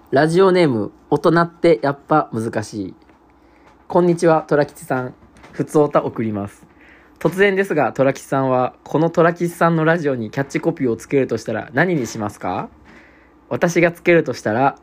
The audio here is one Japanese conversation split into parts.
ラジオネーム、大人ってやっぱ難しい。こんにちは、虎吉さん。ふつおた送ります。突然ですが、虎吉さんは、この虎吉さんのラジオにキャッチコピーをつけるとしたら何にしますか？私がつけるとしたら、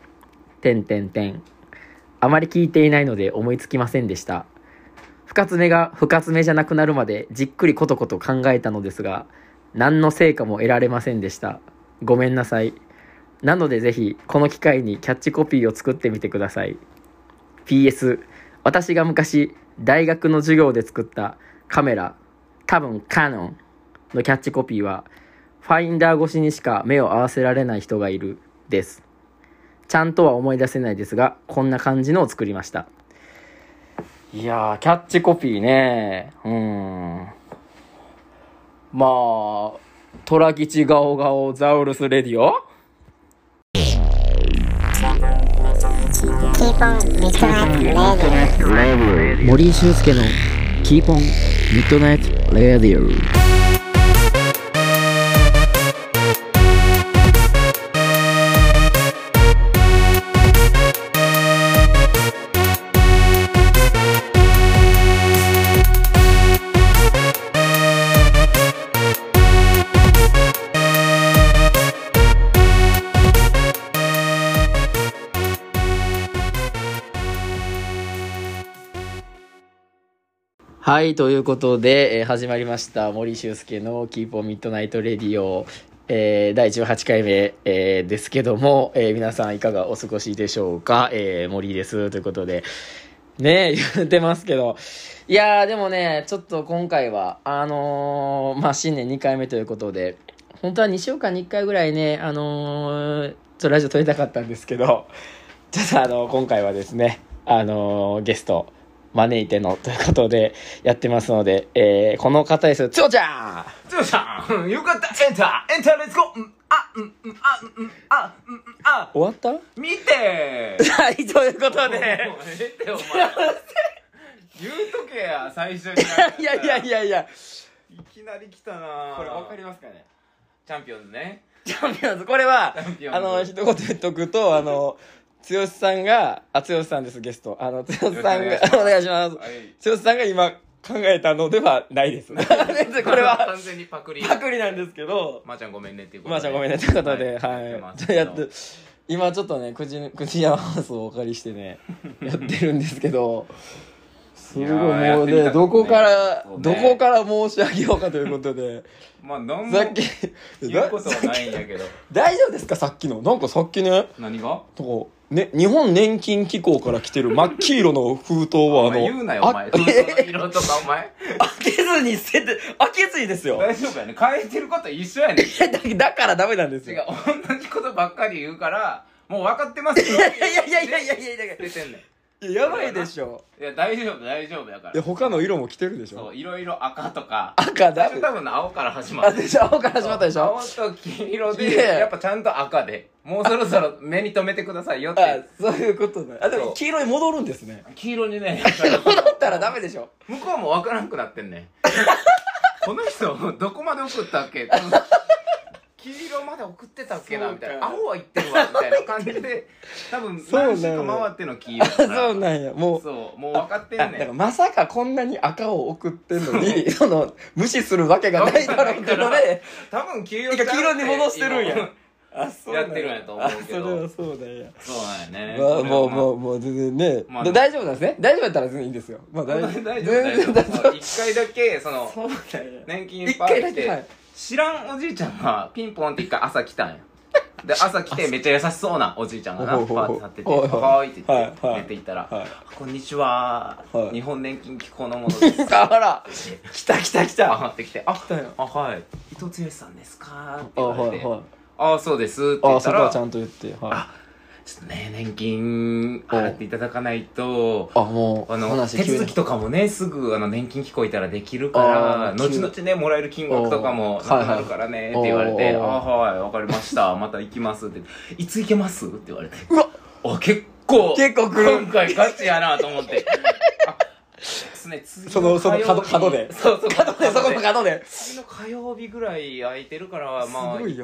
あまり聞いていないので思いつきませんでした。深爪が深爪じゃなくなるまでじっくりコトコト考えたのですが、何の成果も得られませんでした。ごめんなさい。なのでぜひこの機会にキャッチコピーを作ってみてください。 PS、 私が昔大学の授業で作ったカメラ、多分カノンのキャッチコピーは、ファインダー越しにしか目を合わせられない人がいるです。ちゃんとは思い出せないですが、こんな感じのを作りました。いやー、キャッチコピーね。まあ、トラ吉ガオガオザウルスレディオ、森井修介のキーポンミッドナイトレディオ。はい、ということで、始まりました森修介のキーポンミッドナイトレディオ、第18回目、ですけども、皆さんいかがお過ごしでしょうか。森ですということでね、言ってますけど、いやーでもね、ちょっと今回は新年2回目ということで、本当は2週間に1回ぐらいね、ちょっとラジオ撮りたかったんですけど、ちょっと今回はですね、ゲスト招いてのということでやってますので、この方です。つよちゃんよかった。エンターレッツゴー。 終わった？ 見てはい、ということで言うとけや、最初に。 いやいきなり来たな。 これ分かりますかね。 チャンピオンズね。 チャンピオンズ、これは一言言っとくと、剛さんが、剛さんです、ゲスト。剛さんが、お願いします。剛さんが今考えたのではないです。これは完全にパクリなんですけど、 まーちゃんごめんねっていうことで。 まーちゃんごめんねっていうことで、はい。やって、今ちょっとね、口山ハウスをお借りしてね、やってるんですけど、すごいもうね、どこから申し上げようかということで、 まあ、何も言うことはないんやけど。 大丈夫ですか？さっきの。なんかさっきね、 何が？ ね、日本年金機構から来てる真っ黄色の封筒は言うなよお前。封筒の色とかお前開けずに捨てて、開けずにですよ。 大丈夫やね。変えてること一緒やねん。 だからダメなんですよ。 違う、同じことばっかり言うからもう分かってますよ。 いや出てんねん。 やばいでしょ。 いや大丈夫やから。 他の色も来てるでしょ。 そう、いろいろ赤とか。 赤だ。 多分青から始まった。 青から始まったでしょ。 青と黄色で、やっぱちゃんと赤で。もうそろそろ目に留めてくださいよって。 そういうことね。でも黄色に戻るんですね。 黄色にね。 戻ったらダメでしょ。 向こうも分からんくなってんね。この人どこまで送ったっけ？黄色まで送ってたっけなみたいな。青は言ってるわみたいな感じで、多分何週か回っての黄色。 そうなんや。もう分かってんねん。 だからまさかこんなに赤を送ってんのに、無視するわけがないだろうってので、 多分黄色に戻してるんや。 そうやってるんやと思うけど。 それはそうだよ。 そうなんやね。 もう全然ね。大丈夫なんですね。大丈夫やったら全然いいんですよ。 大丈夫。一回だけ年金パー来て、知らんおじいちゃんがピンポンって一回朝来たんや。で、朝来てめっちゃ優しそうなおじいちゃんがな、パーって立ってて、はーいって言って出て行ったら、こんにちは、日本年金機構のものです。 あら、来た。 上がってきて、はい、伊藤剛さんですかって言われて、そうですって言ったら、 そこはちゃんと言って、 ちょっとね、年金払っていただかないと、 もう手続きとかもね、すぐ年金機構いたらできるから、後々ね、もらえる金額とかもなくなるからね、って言われて、はい、わかりました、また行きますって、いつ行けますって言われて、結構来る。今回ガチやなと思って。 その角で。 そう、 角で。 次の火曜日ぐらい空いてるから、まあ。 すごいよ。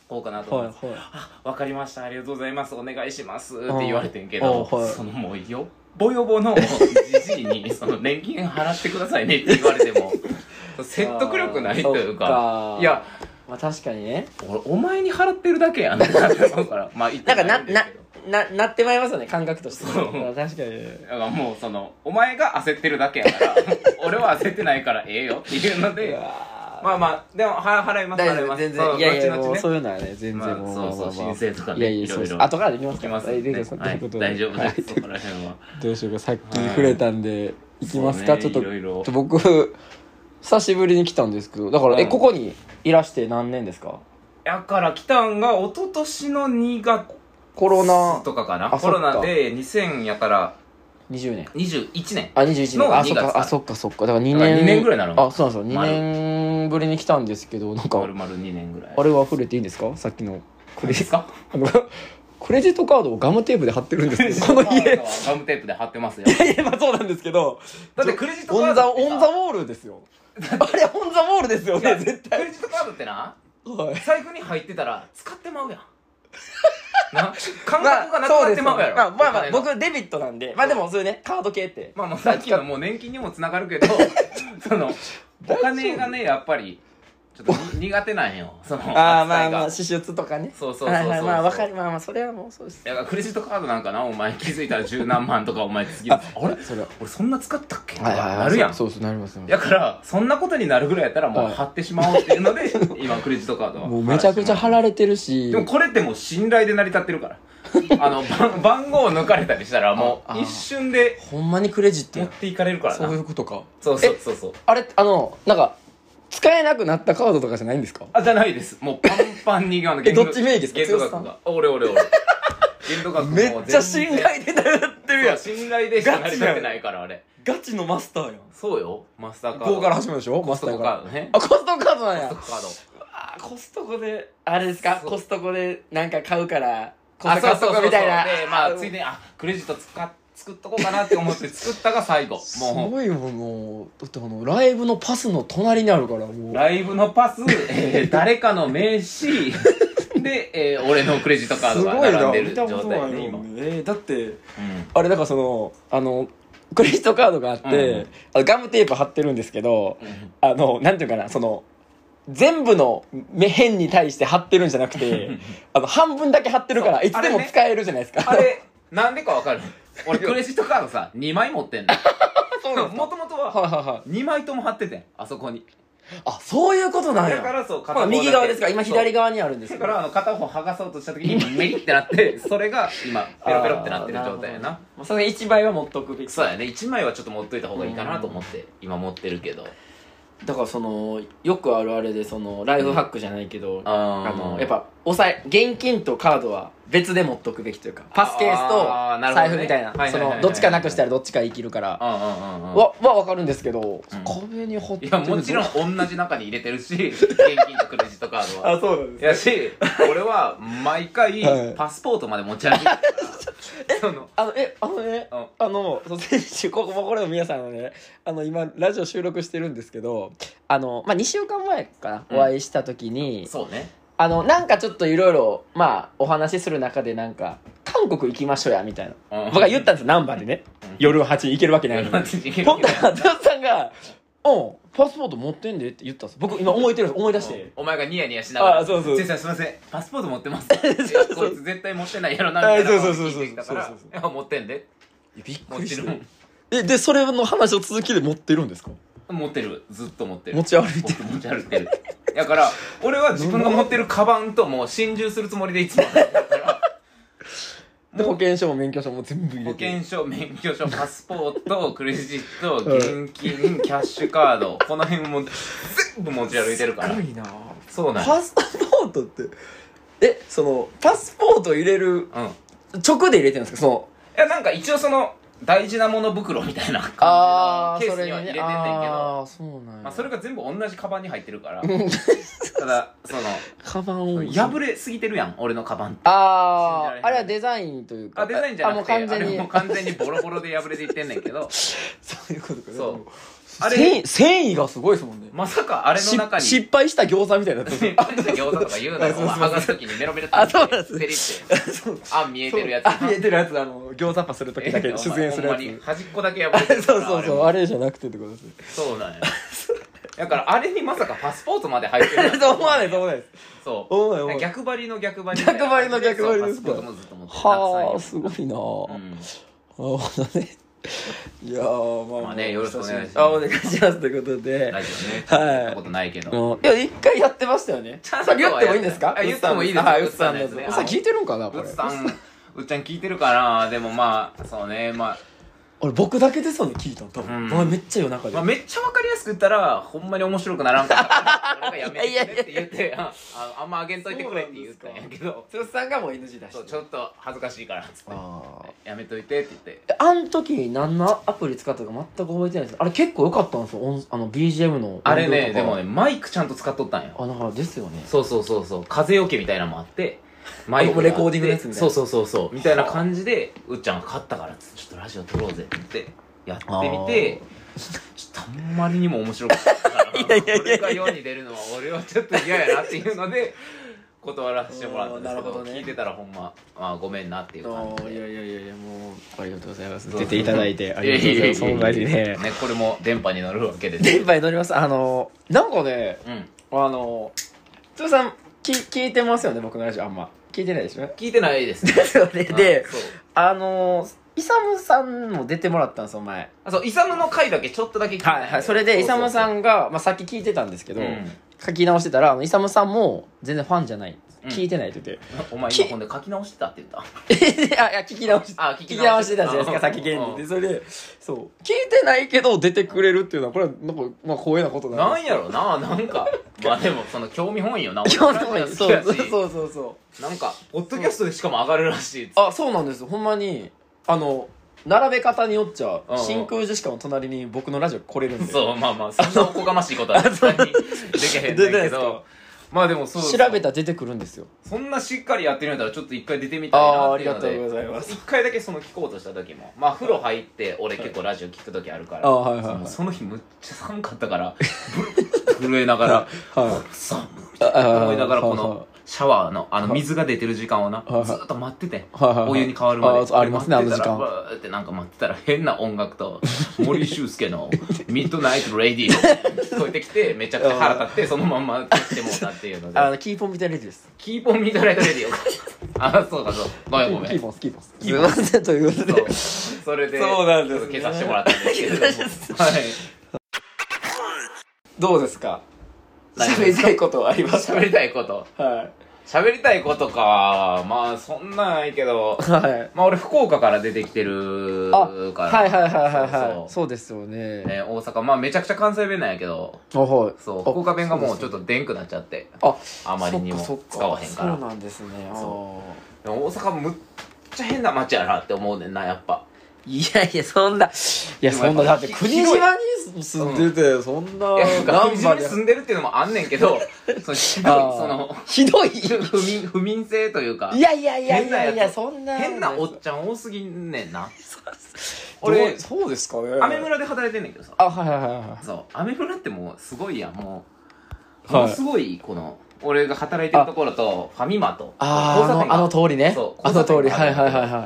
こうかなと思って、 はいはい、 あ、わかりました、ありがとうございます、お願いしますって言われてんけど、 はい、 そのもうよっぼよぼのじじいにその年金払ってくださいねって言われても説得力ないというか、いや、 まあ確かにね、 俺お前に払ってるだけやんって思うからまあ言ってないんですけど、 なってまいりますよね、感覚として。 そう確かに。 だからもうそのお前が焦ってるだけやから俺は焦ってないからええよっていうので、まあまあでも払います、払います、 全然、いやいや、もうそういうのはね、全然まあ、 もう、 そうそう、申請とかね、 いやいや、そうです。後からできますか、 はい、大丈夫です、そこら辺は。 どうしようか、さっき触れたんでいきますか。ちょっと僕久しぶりに来たんですけど、だからここにいらして何年ですか？ やから来たんが一昨年の2月コロナとかかな。コロナで2000やから 20年 21年あ、21年の2月。 あ、そっかだから2年ぐらいなの。 あ、そうなんですよ、2年ぶりに来たんですけど、なんか丸々2年ぐらい。 あれは触れていいんですか？さっきのクレジットクレジットカードをガムテープで貼ってるんですけど、この家ガムテープで貼ってますよ。 いやまあそうなんですけど、 だってクレジットカードオンザウォールですよ。あれオンザウォールですよね、絶対。 クレジットカードってな、 はい、 財布に入ってたら使ってまうやんな、感覚がなくなってまうやろ。 まあ僕デビットなんで、まあでもそういうね、カード系ってまあさっきのもう年金にもつながるけどそのお金がねやっぱりちょっと苦手なんよ、そのまあ支出とかね。 そう、 まあわかり、まあそれはもうそうです。 いやクレジットカードなんかな、お前気づいたら十何万とかお前次あれそれ俺そんな使ったっけとかなるやん。 そうなりますね。 だからそんなことになるぐらいやったらもう貼ってしまおうっていうので今クレジットカードはもうめちゃくちゃ貼られてるし、 でもこれってもう信頼で成り立ってるから番号を抜かれたりしたらもう一瞬でほんまにクレジット持っていかれるからな。 そういうことか。 そうあれなんか使えなくなったカードとかじゃないんですか？ じゃないです。もうパンパンにどっち名義ですか？ 限度額が俺限度額もめっちゃ信頼で成り立ってるやん。 信頼でしか成り立ってないからあれガチのマスターやん。 そうよ、マスターカード。 5から始まるでしょ？ コストコカードね。 コストコカードなんや。 コストコカード。 コストコであれですか？コストコでなんか買うからコストコみたいな。 でまあついでにクレジット作っとこうかなって思って作ったが最後。もうすごいもうだってライブのパスの隣にあるから、もうライブのパス、誰かの名刺で、俺のクレジットカードが並んでる状態で今。 だって、あれだからクレジットカードがあって、ガムテープ貼ってるんですけど、なんていうかな、全部の辺に対して貼ってるんじゃなくて半分だけ貼ってるからいつでも使えるじゃないですか。 あれなんでかわかる？俺クレジットカードさ2枚持ってんの。もともとは2枚とも貼っててん、あそこに。 あ、そういうことなんや。 だからそう、 右側ですか？今左側にあるんですだから片方剥がそうとした時にメリってなってそれが今ペロペロってなってる状態やな。 それ1枚は持っとくべき。 そうやね、1枚はちょっと持っといた方がいいかなと思って今持ってるけど。 だからよくあるあれでライフハックじゃないけど、やっぱ現金とカードは別で持っとくべきというか、パスケースと財布みたいな、どっちかなくしたらどっちか生きるから分かるんですけど、壁に貼ってる。 いやもちろん同じ中に入れてるし現金とクレジットカードはそうなんですやし、俺は毎回パスポートまで持ち歩いてる先週これを皆さんね、今ラジオ収録してるんですけど、2週間前かな、お会いした時に、 そうね、 なんかちょっといろいろお話しする中でなんか韓国行きましょうやみたいな、僕が言ったんですよ、ナンバーでね。夜8時行けるわけないのに。ほんとはゼロさんがパスポート持ってんでって言ったんです。僕今思い出して、 お前がニヤニヤしながら、 そう先生すいませんパスポート持ってますこいつ絶対持ってないやろなみたいな聞いてきたから、持ってんで。 びっくりした。でそれの話を続きで持ってるんですか？ 持ってる、ずっと持ってる、 持ち歩いてるだから俺は自分が持ってるカバンともう心中するつもりでいつもだからで保険証も免許証も全部入れて、 保険証、免許証、パスポート、クレジット、現金、キャッシュカード、この辺も全部持ち歩いてるから。 すごいな。 そうなんパスポートってパスポート入れる、直で入れてるんですか？ いやなんか一応大事なもの袋みたいな感じのケースには入れてんねんけど、それが全部同じカバンに入ってるからただカバンを破れすぎてるやん俺のカバンって。 あれはデザインというか、 デザインじゃなくてあれもう完全にボロボロで破れていってんねんけどそういうことか。 そうあれ繊維がすごいですもんね。 まさかあれの中に失敗した餃子みたいになって失敗した餃子とか言うなよ。お前剥がす時にメロメロってあ、そうなんですペリってあん見えてるやつ。 見えてるやつ、餃子パする時だけ出現するやほんまに端っこだけ破れてるつ。そう、あれじゃなくてってことです。 そうなんや。だからあれにまさかパスポートまで入ってるそう思わないです。 そう逆張りの逆張り逆張りの逆張りですか。 パスポートもずっと持ってる。 はあ、すごいなぁ。なるほどね。いやまあね、よろしくお願いします。 お願いしますということで。 ラジオね。やったことないけど。 いや、一回やってましたよね。さっき言ってもいいんですか？ 言ってもいいですよ。 はい、うっさんのやつ。さ、聞いてるんかなこれ。 うっちゃん聞いてるかな。でもまあ、そうね、まあ。 俺僕だけですよね、聞いたの多分。めっちゃ夜中で。 めっちゃわかりやすく言ったら、ほんまに面白くならんかったから、俺がやめてくれって言って、あんまあげんといてくれって言ったんやけど。 つるさんがもう NG 出して。 ちょっと恥ずかしいからっつって。やめといてって言って。 あん時何のアプリ使ったか全く覚えてないです。あれ結構良かったんですよ。BGM の。 あれね、でもね、マイクちゃんと使っとったんよ。 なんかですよね。 そう。風よけみたいなのもあって、マイクレコーディングのやつみたいな。 そう。みたいな感じで、うっちゃんが勝ったからっつって、ちょっとラジオ撮ろうぜって言って、やってみて、ちょっとあんまりにも面白かったから、これが世に出るのは俺はちょっと嫌やなっていうので、断らせてもらったんですけど、聞いてたらほんま、ごめんなっていう感じで。 いや、もう、ありがとうございます。出ていただいて、ありがとうございます。そんなにね。 これも電波に乗るわけで。 電波に乗ります。なんかね、つるさん、聞いてますよね、僕のラジオあんま。聞いてないでしょ？ 聞いてないですね。 ですよね。で、イサムさんも出てもらったんですよ、前。 そう、イサムの回だけちょっとだけ聞いて。 はい。それで、イサムさんが、さっき聞いてたんですけど、書き直してたら、イサムさんも全然ファンじゃない。聞いてないって言って。 お前今ほんで書き直してたって言った？ いや、聞き直してたじゃないですか、さっき現に。で、それで、そう。聞いてないけど出てくれるっていうのは、これは、なんか、光栄なことなんやろな、なんか。まあでも、興味本位よな。 興味本位。そう。 なんか、ポッドキャストでしかも上がるらしい。 そうなんです。ほんまに、並べ方によっちゃ、真空ジェシカの隣に僕のラジオ来れるんで。 そう、まあ、そんなおこがましいことは絶対にできへんねんけど。まあでもそう。 調べたら出てくるんですよ。 そんなしっかりやってるんだったらちょっと一回出てみたいなっていうので。 ありがとうございます。 一回だけ聞こうとした時も。風呂入って俺結構ラジオ聞く時あるから。その日むっちゃ寒かったから、震えながら、寒いって思いながらこの、シャワーの水が出てる時間をな、ずっと待ってて、お湯に変わるまで。 ありますね、あの時間。 バーってなんか待ってたら変な音楽と、森修介のミッドナイトレディオ聞こえてきて、めちゃくちゃ腹立って、そのまんま消してもうたっていうので。 キーポンミッドナイトレディオです。 キーポンミッドナイトレディオ。そうか。ごめん。 キーポン。すいません、ということで。 それで、 そうなんです。 消させてもらったんですけれども。はい。 どうですか？喋りたいことありますか？ 喋りたいこと。 はい。 喋りたいことか。まあ、そんなんないけど。 はい。 まあ、俺、福岡から出てきてるから。 はい。そうですよね。 大阪。まあ、めちゃくちゃ関西弁なんやけど。 はい。 そう。福岡弁がもうちょっとでんくなっちゃって。あまりにも使わへんから。 そうなんですね。 そう。でも大阪むっちゃ変な街やなって思うねんな、やっぱ。 いや、そんな、だって国島に住んでて、そんな、 国島に住んでるっていうのもあんねんけど、 ひどい不眠性というか、 いや、そんな、 変なおっちゃん多すぎんねんな。 俺、そうですかね。 アメ村で働いてんねんけどさ。 はい。 そう、アメ村ってもうすごいやん、ものすごい、俺が働いてるところと、ファミマと、 通りね。あの通り、はい。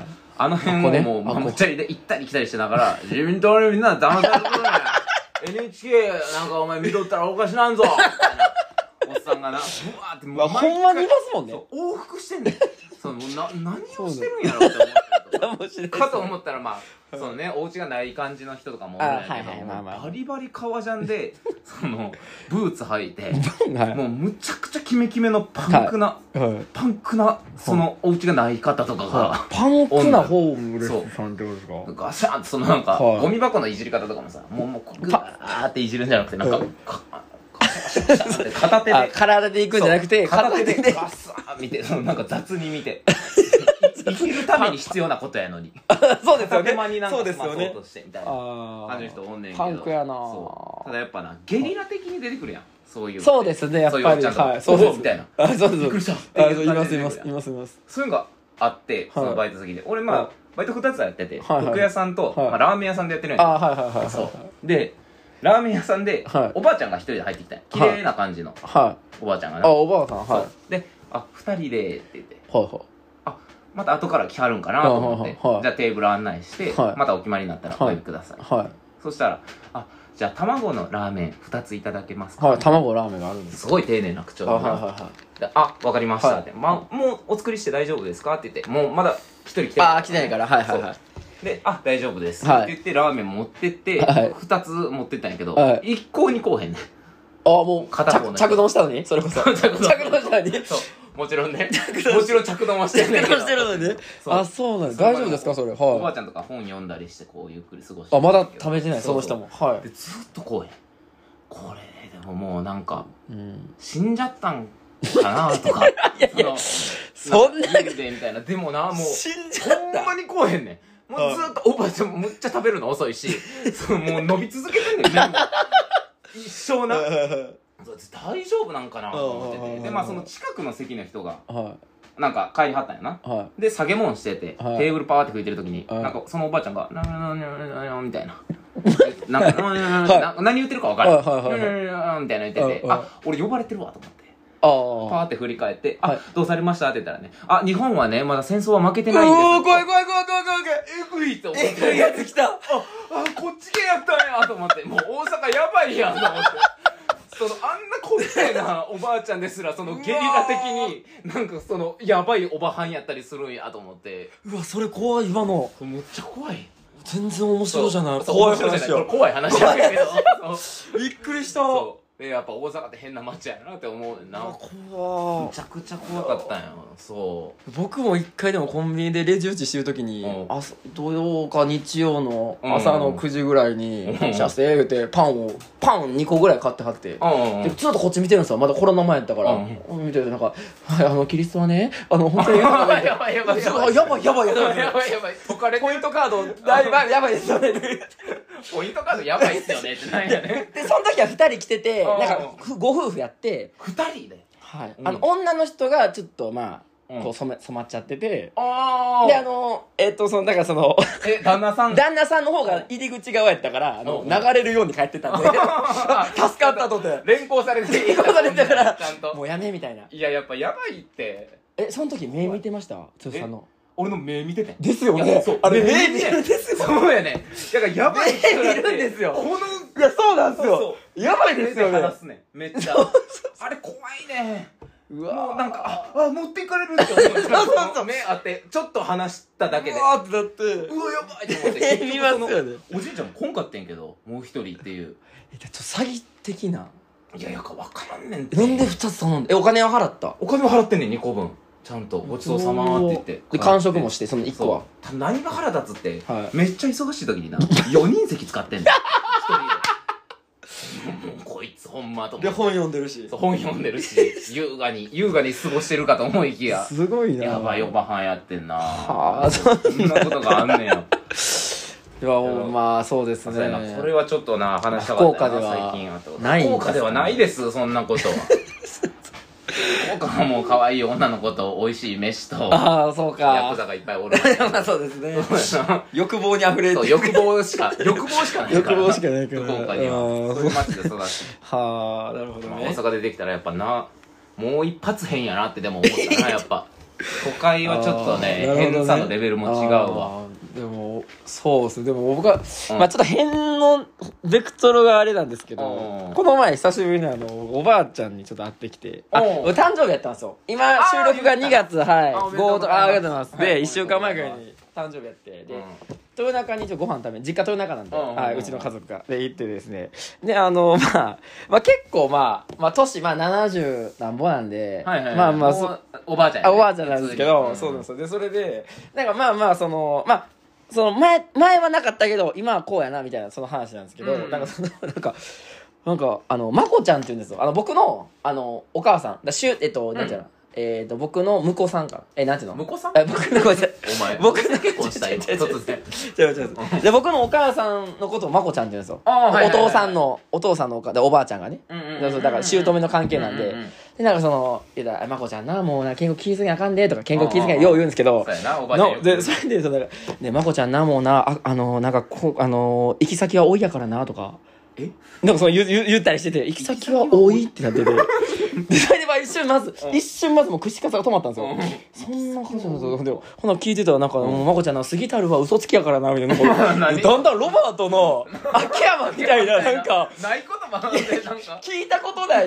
あの辺をもう、むっちゃりで行ったり来たりしながら、自民党のみんな騙されてるね。NHK なんかお前見とったらおかしなんぞみたいな。おっさんがな、ブワーってもうほんまにいますもんね。 往復してんねん。何をしてるんやろって思ったりとかと思ったらまあ、お家がない感じの人とかもおるんやけど、バリバリ革ジャンで、ブーツ履いて、もうむちゃくちゃキメキメのパンクな、お家がない方とかが。 パンクなホームレスさんってことですか？ ガシャンってなんか、ゴミ箱のいじり方とかもさ、もうグワーっていじるんじゃなくて、なんか、片手で体で行くんじゃなくて片手でガッサー見てなんか雑に見て生きるために必要なことやのにそうですよね。 片手間になんか済まそうとしてみたいな感じの人おんねんけど、 パンクやな。 ただやっぱなゲリラ的に出てくるやん、そういう。 そうですね、やっぱり。 はい、そうですみたいな。 そうびっくりした。 います。 そういうのがあってそのバイト先で、俺バイト2つやってて、服屋さんとラーメン屋さんでやってるんやけど、そうでラーメン屋さんで、 はいおばあちゃんが一人で入ってきたんや綺麗な感じのはいおばあちゃんがな。 あおばあさんはいそうで、二人でって言って、 はいはいまた後から来はるんかなと思って、 はいじゃあテーブル案内して、 はいまたお決まりになったらお呼びください。 はいそしたら、じゃあ卵のラーメン2ついただけますか、 はい卵ラーメンがあるんですすごい丁寧な口調でな、 はいはいはいでわかりましたって、もうお作りして大丈夫ですかって言って、もうまだ一人来てああ来てないからはいはいはいそうで、大丈夫です、 はいって言ってラーメン持ってって、 はい 2つ持ってったんやけど、 はい一向にこうへんねん。 ああもう片方の人着丼したのにそれこそ着丼したのにそうもちろんねもちろん着丼はしてんねんけどしてるのにそうあそうなん大丈夫ですかそれはいおばあちゃんとか本読んだりしてこうゆっくり過ごしてあまだ食べてないその人もはでずっとこうへんこれでももうなんかいうん死んじゃったんかなとかそんな幽霊みたいなでもなもう死んじゃったほんまにこうへんねんもうずっとおばあちゃんもむっちゃ食べるの遅いしもう伸び続けてんねんねもう一生な大丈夫なんかなと思っててでその近くの席の人がはなんか帰りはったんやな。 はで、下げ物してて、 はいテーブルパーって拭いてるときに、 はいなんかそのおばあちゃんが、みたいな。なんか、何言ってるか分からん。みたいな言ってて、俺呼ばれてるわと思って。パーって振り返って、どうされましたって言ったらね、日本はね、まだ戦争は負けてないんです。 怖いえぐいと思って。 えぐいやつ来たこっち系やったんやと思って、もう大阪やばいやんと思って。あんなこっちゃいなおばあちゃんですら、ゲリラ的に、なんかやばいおばはんやったりするんやと思って。 うわそれ怖い今のむっちゃ怖い。 全然面白いじゃない怖い話や。怖い話やけど。 びっくりしたでやっぱ大阪って変な街やなって思うねんな。 怖めちゃくちゃ怖かったんや。そう僕も一回でもコンビニでレジ打ちしてるときに土曜か日曜の朝の9時ぐらいに「シャセー」言うてパン2個ぐらい買ってはってでずっとこっち見てるんですよまだコロナ前やったから見ててなんか「はいキリストはね本当にやばいやばいやばいポイントカードだいぶやばいですよねポイントカードやばいっすよねってなんやねでその時は2人来ててなんかご夫婦やって 2人ではい女の人がちょっとこう染まっちゃっててでだから旦那さんの方が入り口側やったから流れるように帰ってたんで助かったとて連行されてたからちゃんともうやめみたいないややっぱやばいってその時目見てました剛さんの俺の目見ててですよねあれ目見てるんですよそうやねだからやばい人目見るんですよこのいやそうなんですよやばいですよねめっちゃあれ怖いねうわもうなんか持っていかれるって思う目あってちょっと離しただけでうわーってなってうわやばいって思って見ますよねおじいちゃんも来んかってんけどもう一人っていう詐欺的ないや分からんねんってなんで2つ頼んでお金は払ったお金は払ってんねん2個分ちゃんとごちそうさまって言ってで完食もしてその1個は何が腹立つってめっちゃ忙しい時にな4人席使ってんねん1人でこいつほんまと思って本読んでるし本読んでるし優雅に過ごしてるかと思いきやすごいなやばいおばはんやってんなそんなことがあんねんよいやまあそうですねこれはちょっとな話したかったな最近福岡ではないですそんなことは福岡はもう可愛い女の子と美味しい飯とそうかヤクザがいっぱいおるそうですね欲望にあふれて欲望しかないから福岡にはそういう街で育ちはあなるほどね大阪でできたらやっぱもう一発変やなってでも思ったなやっぱ都会はちょっとね変さのレベルも違うわでもそうですねでも僕はちょっと変のベクトルがあれなんですけどこの前久しぶりにおばあちゃんにちょっと会ってきて誕生日やったんですよ今収録が2月はい5とありがとうございますで1週間前ぐらいに誕生日やってで豊中にご飯食べ実家豊中なんでうちの家族がで行ってですねで結構年70なんぼなんでおばあちゃんおばあちゃんなんですけどそうなんですよでそれでなんかその前はなかったけど今はこうやなみたいなその話なんですけどなんかまこちゃんって言うんですよ僕のお母さんなんていうの僕の婿さんかなんていうの婿さん僕のお前僕の結婚した今突然で僕のお母さんのことをまこちゃんって言うんですよお父さんのおばあちゃんがねだから姑の関係なんででなんかまこちゃんなもう健康気ぃつけなあかんでとか健康気ぃつけなよう言うんですけどでそれでまこちゃんなもうななんか行き先は多いやからなとかなんかその言ったりしてて、行き先は多いってなってて。で、それで一瞬まずもう串カツが止まったんですよ。そんなことなんですよ。でも、ほな聞いてたらなんか、まこちゃんな、杉太郎は嘘つきやからな、みたいな。だんだんロバートの秋山みたいな、なんか。 ない言葉なんで、なんか。 聞いたことない。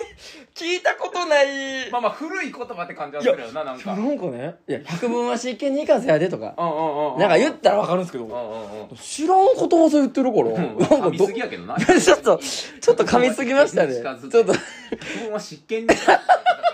まあ古い言葉って感じはするよな、なんか。 なんかね、いや、百聞は執権に行かせやでとか。なんか言ったらわかるんですけど、知らんことわざ言ってるから。なんか噛みすぎやけどな。 ちょっと噛みすぎましたね。ちょっと。 百聞は執権に行かせやで。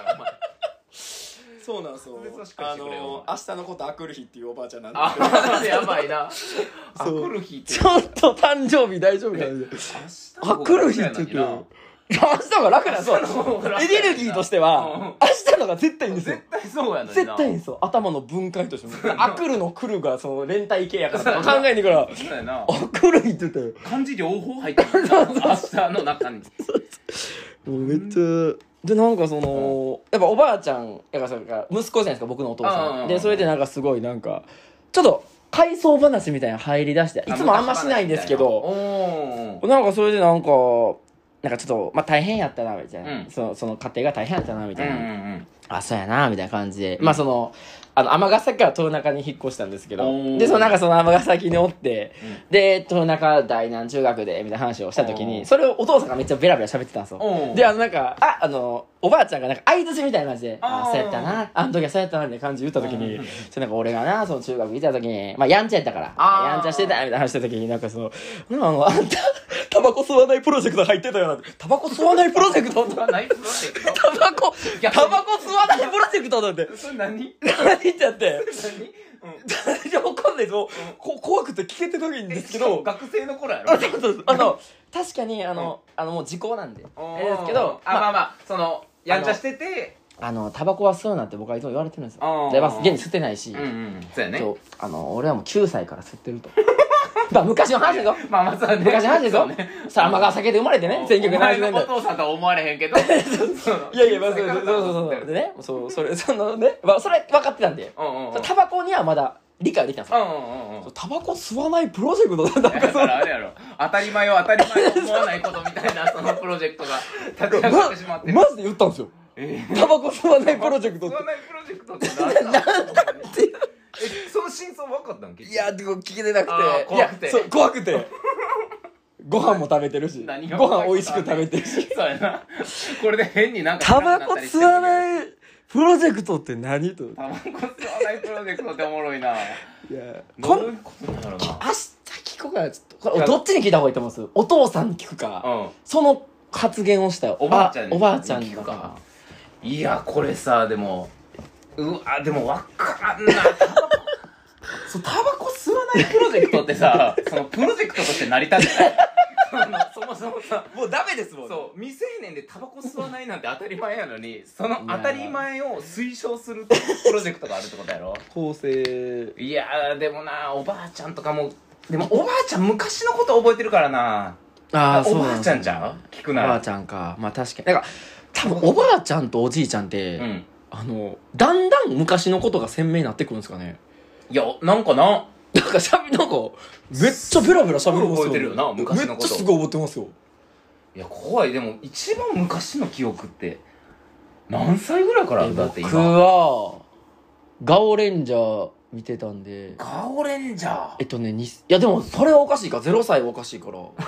そうなんですよ。明日のことあくる日っていうおばあちゃんなんですけど。やばいな。あくる日って。 ちょっと誕生日大丈夫なんで。あくる日って言って。明日のが楽なんそう。エネルギーとしては、明日のが絶対いいんですよ。 絶対そうやのにな。 絶対いいんですよ。頭の分解としても。あくるのくるが、その、連帯形やから考えにから、 そうやな。 あくる日って言って。 漢字両方入ってる。明日の中に。 もうめっちゃ、で、なんかその、やっぱおばあちゃん、やから息子じゃないですか、僕のお父さん。で、それでなんかすごいなんか、ちょっと、回想話みたいな入り出して、いつもあんましないんですけど、なんかそれでなんかちょっと、まあ、大変やったな、みたいな。その家庭が大変やったな、みたいな。あ、そうやな、みたいな感じで。まあ、その、尼崎から豊中に引っ越したんですけど、で、その尼崎におって、で、豊中第何中学で、みたいな話をした時に、それをお父さんがめっちゃベラベラ喋ってたんですよ。で、なんか、おばあちゃんがなんか相槌みたいな感じで、あ、そうやったな、あの時はそうやったな、みたいな感じで言った時に、なんか俺がな、その中学行った時に、まあ、やんちゃやったから、やんちゃしてた、みたいな話した時に、なんかその、あんた、タバコ吸わないプロジェクト入ってたよなって。タバコ吸わないプロジェクト吸わないプロジェクトタバコ吸わないプロジェクトだって。 それ何ってやって。何わかんないですよ。怖くて聞けてないんですけど。 学生の頃やろ確かに、もう時効なんで。あれですけど。 まあ、その、やんちゃしてて、 タバコは吸うなって僕はいつも言われてるんですよ。で、現に吸ってないし。 そうやね。 俺はもう9歳から吸ってると。まあ昔の話ですよ。 まあそうね。 昔の話ですよ。さあ、尼崎で生まれてね、1970年代。 お父さんとは思われへんけど。 いや、まあそうでね、それ分かってたんで、タバコにはまだ理解できたんですよ。タバコ吸わないプロジェクトだだからあれやろ。当たり前と思わないことみたいな、そのプロジェクトが立ち上がってしまってる。 マジで言ったんですよ。タバコ吸わないプロジェクトって。 吸わないプロジェクトって何だってその真相分かったんけ？ いや、聞けてなくて。 怖くて。 ご飯も食べてるし。ご飯美味しく食べてるし。 そうやな。これで変になんか。 タバコ吸わないプロジェクトって何と。 タバコ吸わないプロジェクトっておもろいな。いや、 どういうことなんだろうな。明日聞こうかな、ちょっと。これどっちに聞いた方がいいと思います？お父さんに聞くか、その発言をしたおばあちゃんに聞くか。 いや、これさ、でも分からんな。タバコ吸わないプロジェクトってさ、そのプロジェクトとして成り立ってない。そもそもさ、 もうダメですもんね。 そう、未成年でタバコ吸わないなんて当たり前やのに、その当たり前を推奨するプロジェクトがあるってことやろ。 構成。 いやー、でもな、おばあちゃんとかも、でもおばあちゃん昔のこと覚えてるからな。おばあちゃんじゃん聞くなら。 おばあちゃんか。まあ確かに。だから多分おばあちゃんとおじいちゃんって、だんだん昔のことが鮮明になってくるんですかね。 いや、なんかめっちゃベラベラ喋る覚えてるよな、昔のこと。 めっちゃすごい覚えてますよ。 いや、怖い。でも一番昔の記憶って何歳ぐらいからだって今。 僕はガオレンジャー見てたんで。 ガオレンジャーいやでもそれはおかしいか。0歳はおかしいからでも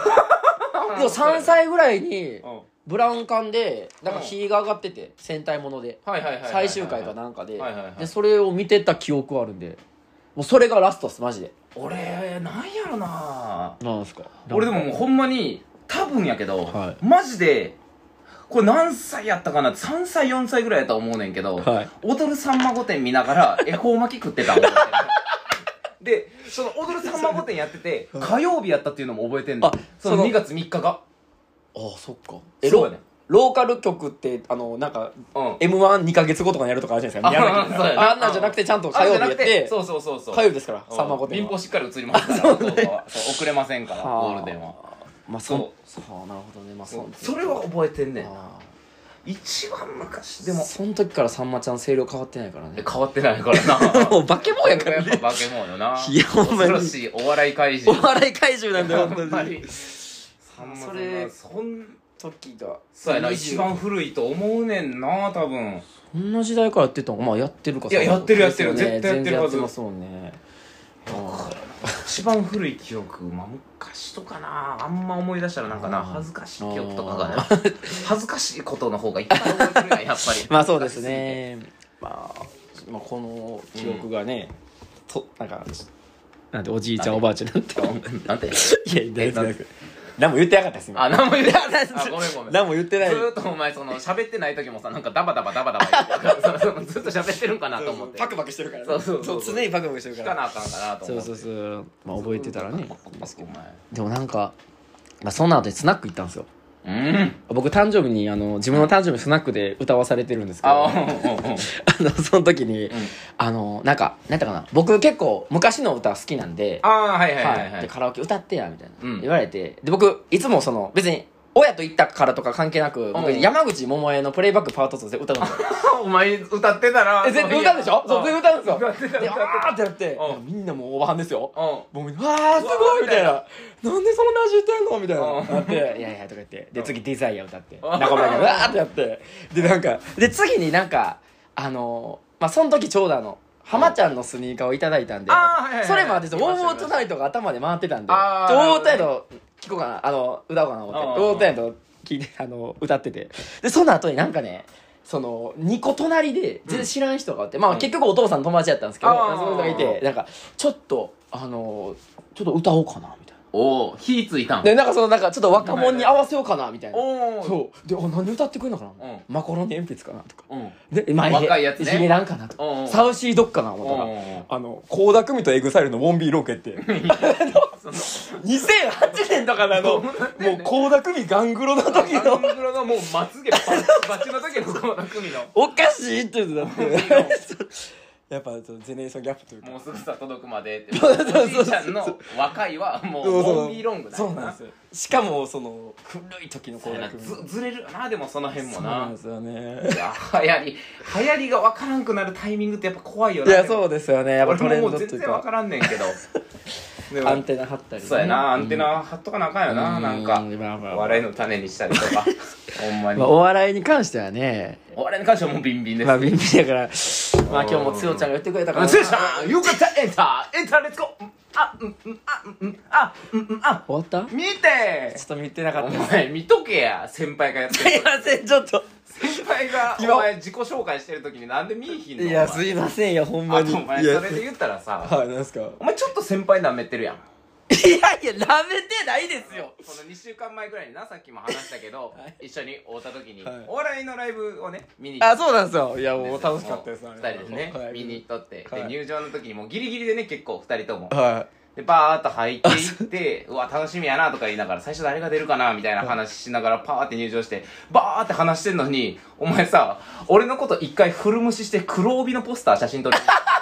3歳ぐらいにブラウン管でなんか火が上がってて、戦隊もので最終回かなんかで、それを見てた記憶はあるんで、もうそれがラストっすマジで。 俺なんやろな。 なんすか。 俺でももうほんまに多分やけど、マジでこれ何歳やったかな。3歳4歳ぐらいやと思うねんけど、踊るさんま御殿見ながら恵方巻き食ってたんだで、その踊るさんま御殿やってて火曜日やったっていうのも覚えてんの。その2月3日が。 ああ、そっか。 そうやね。 ローカル局ってなんか M12 ヶ月後とかにやるとかあるじゃないですか。あんなんじゃなくてちゃんと火曜日やって、 そう火曜日ですから、さんま御殿民放しっかり映りますから遅れませんから、ゴールデンは。 まあそう、なるほどね。まあそれは覚えてんねん。一番昔でもその時からさんまちゃん声量変わってないからね。 変わってないからな。 もう化け物やからね。 やっぱ化け物よな。 いやほんまに恐ろしいお笑い怪獣。 お笑い怪獣なんだよほんまに。 それ時がそうやな一番古いと思うねんな多分。 そんな時代からやってたの？まあやってるか。 いややってる絶対やってるはず。 全然やってますもんね。 一番古い記憶、まあ昔とかな、あんま思い出したらなんかな、恥ずかしい記憶とかがね、恥ずかしいことの方がいっぱい覚えてるやんやっぱり。 まあそうですね。まあこの記憶がね、なんでおじいちゃんおばあちゃんなんてなんていや何も言ってなかったです今。 何も言ってなかった。ごめんごめん。 何も言ってない。 ずーっとお前喋ってない時もさ、なんかダバダバ言ってずっと喋ってるんかなと思って。 パクパクしてるからね。 そう常にパクパクしてるから。 聞かなあかんかなと思って。 そう。まあ覚えてたらね。 お前。 でもなんか、まあその後にスナック行ったんですよ。僕誕生日に自分の誕生日スナックで歌わされてるんですけどその時に、なんかなんだかな、僕結構昔の歌好きなんで、でカラオケ歌ってやみたいな、言われて、で僕いつも別に親と行ったからとか関係なく、僕山口百恵のプレイバックパート2で歌うんですよ。 お前歌ってたら全然歌うでしょ。そう全然歌うんですよ。 歌ってたでわーってやってみんなもうおばはんですよ。もうわーすごいみたいな、なんでそんな味してんのみたいななって、いやいやとか言って、で次デザイア歌って仲間がわーってやって、でなんかで次になんかまあその時ちょうど浜ちゃんのスニーカーをいただいたんで、それもあってウォーウォートナイトが頭で回ってたんで、ウォーウォートナイト聞こうかな、歌おうかな思って、ウォーウォートナイト聞いて歌ってて、でその後になんかね、2個隣で全然知らん人がおって、まあ結局お父さんの友達やったんですけど、その人がいて、なんかちょっと歌おうかなみたいな。 火ついたんでなんかちょっと若者に合わせようかなみたいな。そうで、何歌ってくるのかな、マカロニ鉛筆かなとか、で若いやつね、 ヒゲダンかなとか、サウシードッグかな思ったら、倖田來未とエグザイルのウォンビーロケって2008年とかのもう倖田來未ガングロの時のガングロのもうまつげバチの時の倖田來未のおかしいって言ってたってやっぱゼネレーションギャップというか、 もうすぐさ届くまでっておじいちゃんの若いはもうボンビーロングだよな。 そうなんですよ。しかも古い時の倖田來未ずれるよな。でもその辺もな。 そうなんですよね。 流行りが分からんくなるタイミングってやっぱ怖いよな。 いやそうですよね。やっぱトレンドっていうか俺も全然分からんねんけどアンテナ張ったりね。 そうやな、アンテナ張っとかなあかんよな。なんかお笑いの種にしたりとかほんまに。 お笑いに関してはね、 お笑いに関してはもうビンビンです。 まあビンビンだから、まあ今日もつよちゃんが言ってくれたからつよちゃんよかったエンターレッツゴー。 終わった？ 見てちょっと見てなかった。 お前見とけや、先輩がやってる。 すいません、ちょっと先輩がお前自己紹介してる時になんで見いひんの？ いやすいません、いやほんまに。 お前それで言ったらさ、 はい、なんすか？ お前ちょっと先輩舐めてるやん。 いや舐めてないですよ。 その2週間前ぐらいにな、さっきも話したけど、一緒に会った時にはいお笑いのライブをね見に行って、 そうなんですよ。いやもう楽しかったです。 2人でね見に行っとって、 はいで入場の時にもうギリギリでね、結構2人ともはでバーッと入っていってうわ楽しみやなとか言いながら、最初誰が出るかなみたいな話しながらパーって入場してバーって話してんのに、お前さ俺のこと一回古無視して黒帯のポスター写真撮る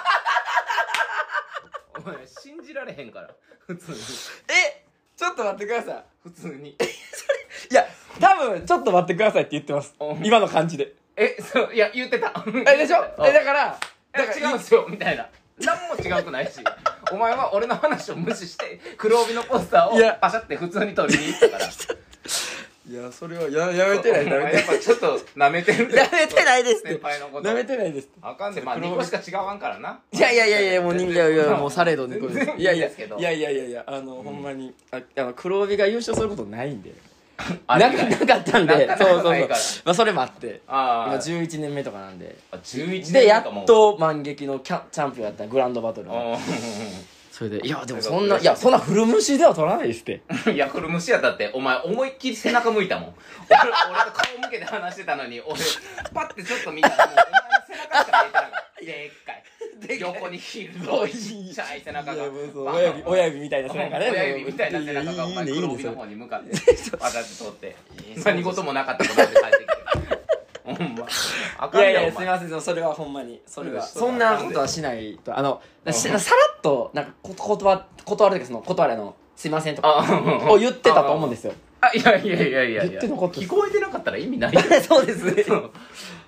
お前信じられへんから普通に。 ちょっと待ってください。 普通にいや多分ちょっと待ってくださいって言ってます。今の感じで。 そういや言ってたでしょ。だから違うんすよみたいな。何も違くないしお前は俺の話を無視して黒帯のポスターをパシャって普通に撮りに行ったから。 いやそれはやめてない。 やっぱちょっと舐めてる。 舐めてないですって。 先輩のこと舐めてないですって。 あかんで、まあ2個しか違わんからな。 いやもう人間、いやもうされど2個です。いやほんまに黒帯が優勝することないんで、なかったんで、そうそれもあって、今11年目とかなんで、でやっと満劇のチャンピオンやったグランドバトル。それで、いやでもそんな古虫では取らないですって。 いや古虫やったって、お前思いっきり背中向いたもん。俺と顔向けて話してたのに、俺パッてちょっと見たらもうお前の背中しか見えてなかった。でっかい横にヒールのちっちゃい背中が、 親指みたいな背中ね。 親指みたいな背中がお前黒帯の方に向かってわざと通って何事もなかったことで帰ってきて。ほんまあかんよ。 すいません、それはほんまにそんなことはしないと。さらっとなんか断る時断れすいませんとかを言ってたと思うんですよ。 いや言ってなかった。 聞こえてなかったら意味ないよ。 そうですね。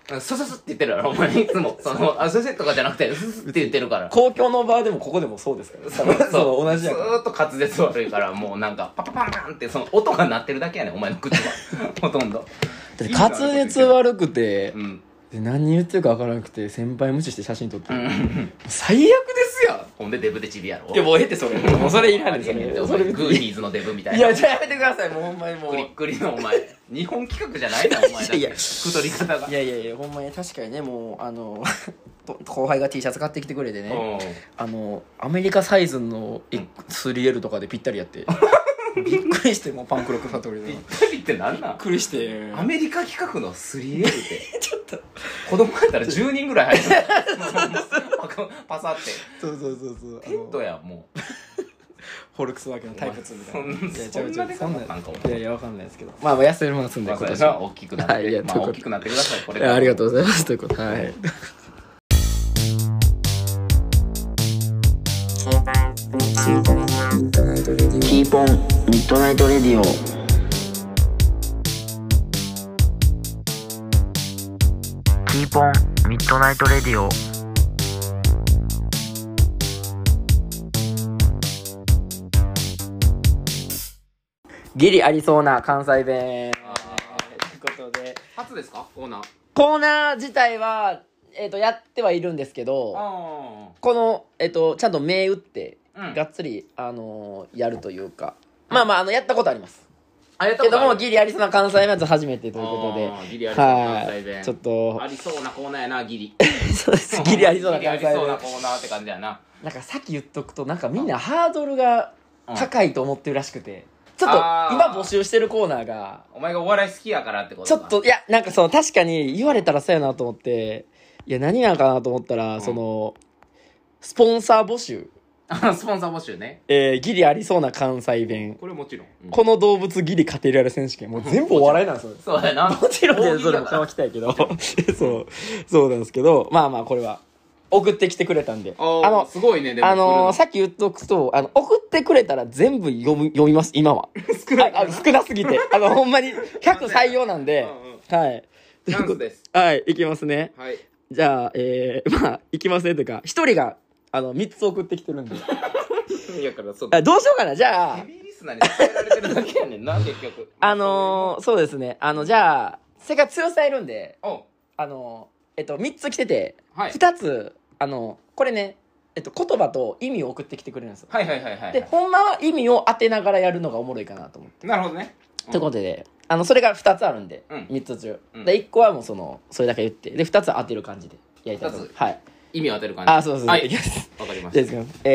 スススって言ってるやろ、お前いつも。ススとかじゃなくて、ススって言ってるから。 公共の場でもここでもそうですから。そう、同じやから。 ずーっと滑舌悪いから、もうなんか、パパパンパンって、その音が鳴ってるだけやねん、お前の口は。ほとんど。 だって滑舌悪くて、で何言ってるか分からなくて先輩無視して写真撮ってる、最悪ですよ。 ほんでデブでチビやろ。 いやもうええってそれもうそれいらないですよ。 それグーニーズのデブみたいな。 いやじゃあやめてくださいもうほんまにもうクリックリのお前日本企画じゃないなお前だって。太り方が。 いやほんまに確かにねもう後輩が T シャツ買ってきてくれてねアメリカサイズの 3L とかでぴったりやってびっくりしてもうパンクロックサトリでぴったりってなんなん。 びっくりしてアメリカ企画の 3L ってちょっと子供やったら10人ぐらい入るパサってそうテントやもうフォルクスワーゲンのタイプ2みたいな。 そんなでかかったんかも。 いやわかんないですけどまあ痩せますんで今年は大きくなって、まあ大きくなってくださいこれから。 ありがとうございますということはい。キーポンミッドナイトレディオ。キーポンミッドナイトレディオ。ギリありそうな関西弁ということで初ですかコーナー自体はやってはいるんですけどこのちゃんと銘打ってがっつりやるというかまあやったことありますけどもギリありそうな関西弁は初めてということでギリありそうな関西弁ちょっとありそうなコーナーやなギリそうですギリありそうな関西弁ギリありそうなコーナーって感じやな。 なんかさっき言っとくとなんかみんなハードルが高いと思ってるらしくてちょっと今募集してるコーナーがお前がお笑い好きやからってことちょっといやなんか確かに言われたらそうやなと思っていや何なんかなと思ったら、スポンサー募集スポンサー募集ねギリありそうな関西弁これもちろん、 この動物ギリ勝てるやる選手権もう全部お笑いなんですよそうやなもちろんねそれも乾きたいけどそうなんですけどまあこれは送ってきてくれたんですごいねでもさっき言っとくと送ってくれたら全部読みます今は少なすぎてほんまに100採用なんではいチャンスですはいいきますねはいじゃあまあいきますねというか1人が3つ送ってきてるんでいやからそうどうしようかなじゃあヘビーリスナーに伝えられてるだけやねんな結局そうですねじゃあせっかく強さいるんで3つ来てて、はい、2つこれね言葉と意味を送ってきてくれるんですよはいでほんまは意味を当てながらやるのがおもろいかなと思ってなるほどねということでそれが2つあるんで、3つ中、で1個はもうそれだけ言ってで2つは当てる感じでやりたいと思います、はい、 意味を当てる感じそうはいいきますわかりました 。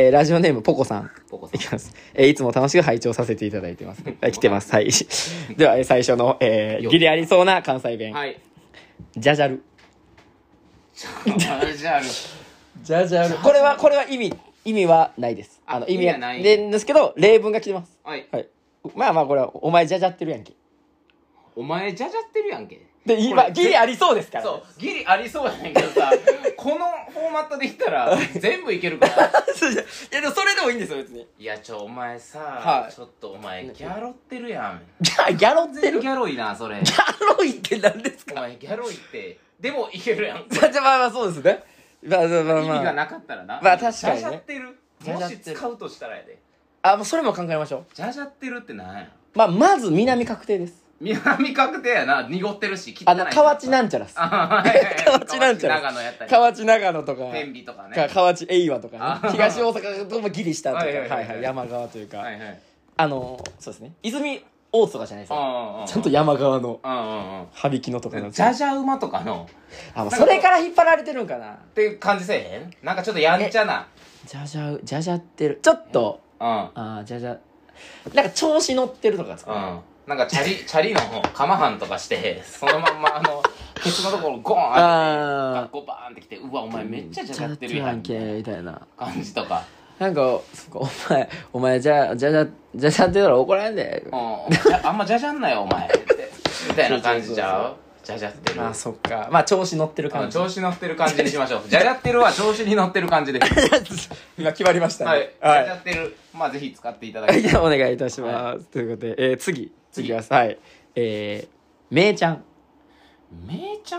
ラジオネームポコさんいきます。いつも楽しく拝聴させていただいてます来てますはいでは最初のギリありそうな関西弁はいジャジャルジャジャルこれは意味はないです意味はないですけど例文が来てますはいまあこれはお前ジャジャってるやんけお前ジャジャってるやんけで今ギリありそうですからそうギリありそうやねんけどさこのフォーマットで言ったら全部いけるからいやでもそれでもいいんですよ別にいやお前さちょっとお前ギャロってるやんギャロってるギャロいなそれギャロいって何ですかお前ギャロいってでもいけるやんまあそうですね意味がなかったらなまあ確かにねジャジャってるもし使うとしたらやでもうそれも考えましょうジャジャってるってなんやまず南確定です南確定やな濁ってるし河内なんちゃらっす河内なんちゃら長野やったり河内長野とか天美とかね河内英和とかね東大阪ともギリしたとか山側というかそうですね泉大津とかじゃないですかちゃんと山側の羽曳野とかのジャジャ馬とかのそれから引っ張られてるんかなっていう感じせえへんなんかちょっとやんちゃなジャジャってるちょっとジャジャなんか調子乗ってるとかですかなんかチャリのカマハンとかしてそのまんまケツのところゴーンあって学校バーンってきてうわお前めっちゃジャジャってるやんみたいな感じとかなんかお前ジャジャって言ったら怒られんであんまジャジャんなよお前ってみたいな感じちゃうジャジャってるそっか調子乗ってる感じ調子乗ってる感じにしましょうジャジャってるは調子に乗ってる感じで今決まりましたねはいジャジャってるぜひ使っていただきたいお願いいたしますということで次ははいめいちゃんめいちゃん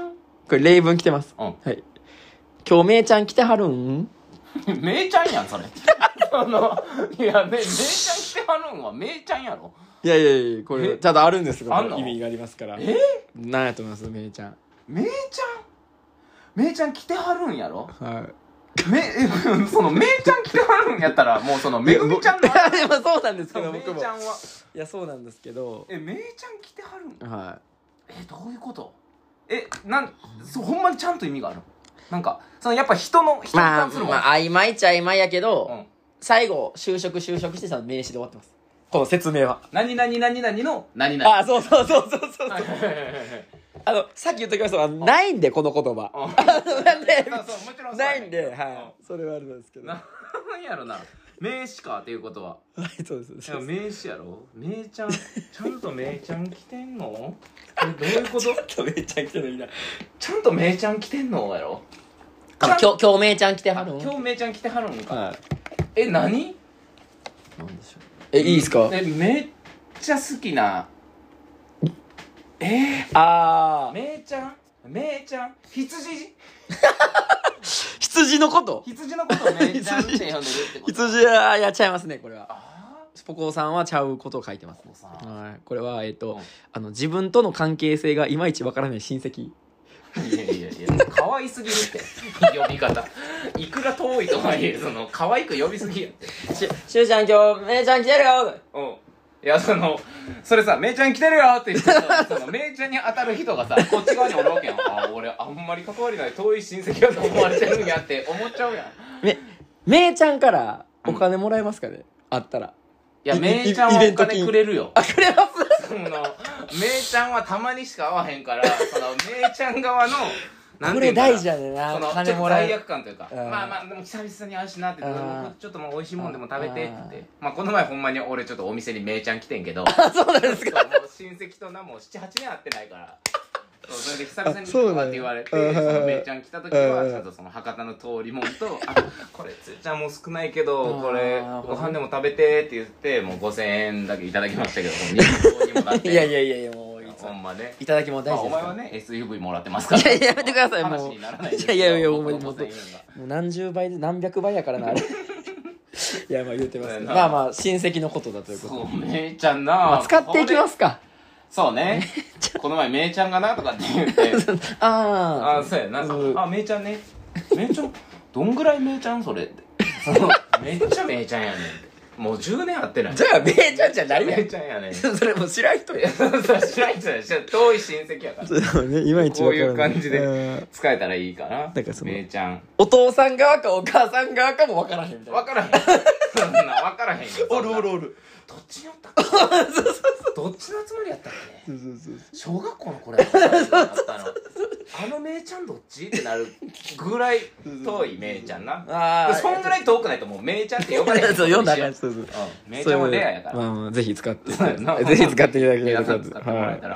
これ例文来てます。 うん。 はい。今日めいちゃん来てはるん？ めいちゃんやん、それ。いや、めいちゃん来てはるんはめいちゃんやろ。 いやいやいや、これ、ちゃんとあるんですよ。 あんの？ 意味がありますから。なんやと思いますめいちゃん。 めいちゃん来てはるんやろ？ はい。 そのめいちゃん来てはるんやったら、もうそのめぐみちゃんの。 でもそうなんですけど、 めい僕も。 ちゃんは。 いや、そうなんですけど。 めいちゃん来てはるん？ はどういうこと？ほんまにちゃんと意味がある？なんか、やっぱ人に関するもん。 まあ、曖昧っちゃ曖昧やけど、 うん、最後、就職してその名詞で終わってます。この説明は。 何々何々の何々。 あ、そう。さっき言っときました。ないんで、この言葉。なんで、ないんで、はい。それはあるんですけど。 なんやろな。名詞かっていうことは。 はい、そうです。 名詞やろ？めいちゃん、ちゃんとめいちゃん来てんの？どういうこと？ちゃんとめいちゃん来てんのいいな。ちゃんとめいちゃん来てんのやろ？ 今日めいちゃん来てはるん？ 今日めいちゃん来てはるんか。 はい。 何？ なんでしょう。いいですか？ めっちゃ好きな。めいちゃん羊のこと羊のことをめいちゃんって呼んでるってこと？ 羊はやっちゃいますね、これは。ポコさんはちゃうことを書いてます。はい。これは、自分との関係性がいまいちわからない親戚。 いや、可愛すぎるって呼び方。いくら遠いとはいえ、可愛く呼びすぎやって。 しゅうちゃん今日、めいちゃん来てるよ。 いや、それさ、めいちゃん来てるよって言ってさ、めいちゃんに当たる人がさ、こっち側におるわけやん。俺、あんまり関わりない遠い親戚だと思われてるんやって思っちゃうやん。 めいちゃんからお金もらえますかね？あったら。 いや、めいちゃんはお金くれるよ。 くれます？ めいちゃんはたまにしか会わへんから、めいちゃん側の、 これ大事やねんな。 金もらえる罪悪感というか、まあでも久々に会うしなって、ちょっともう美味しいもんでも食べてって言って、この前ほんまに俺ちょっとお店にめいちゃん来てんけど、 そうなんですか？ もう親戚ともう7、8年会ってないから、それで久々に行こうって言われて、めいちゃん来た時はちゃんと博多の通りもんと、これつーちゃんも少ないけどこれご飯でも食べてって言って、もう5000円だけいただきましたけど、人気にもなって。いやもうほんまね、 いただきも大事です。 お前はね SUV もらってますから。いややめてください。もう話にならないですいやもう何十倍で何百倍やからなあれ。いやまあ言ってますけど、まあ親戚のことだということで。 そう、めいちゃんな、 使っていきますか。 そうね。この前めいちゃんがなとかって言ってそうやな。めいちゃんね。めいちゃんどんぐらいめいちゃんそれって。めっちゃめいちゃんやねんって。もう10年会ってない。 じゃあめいちゃんじゃないやん。 めいちゃんやねん。 それもう知らん人や。 知らん人や。遠い親戚やから。 そうね、いまいちこういう感じで使えたらいいかな。めいちゃん。 お父さん側かお母さん側かも分からへんみたいな。 分からへん。そんな分からへんよ。 おる。 どっちにおったっけ？どっちのつもりやったっけ？小学校のこれだったの。めいちゃんどっちってなるぐらい遠いめいちゃんな。そんぐらい遠くないともうめいちゃんって呼ばれへん。 そう呼んだらめいちゃんはレアやから。 まあぜひ使っていただきたいと思います。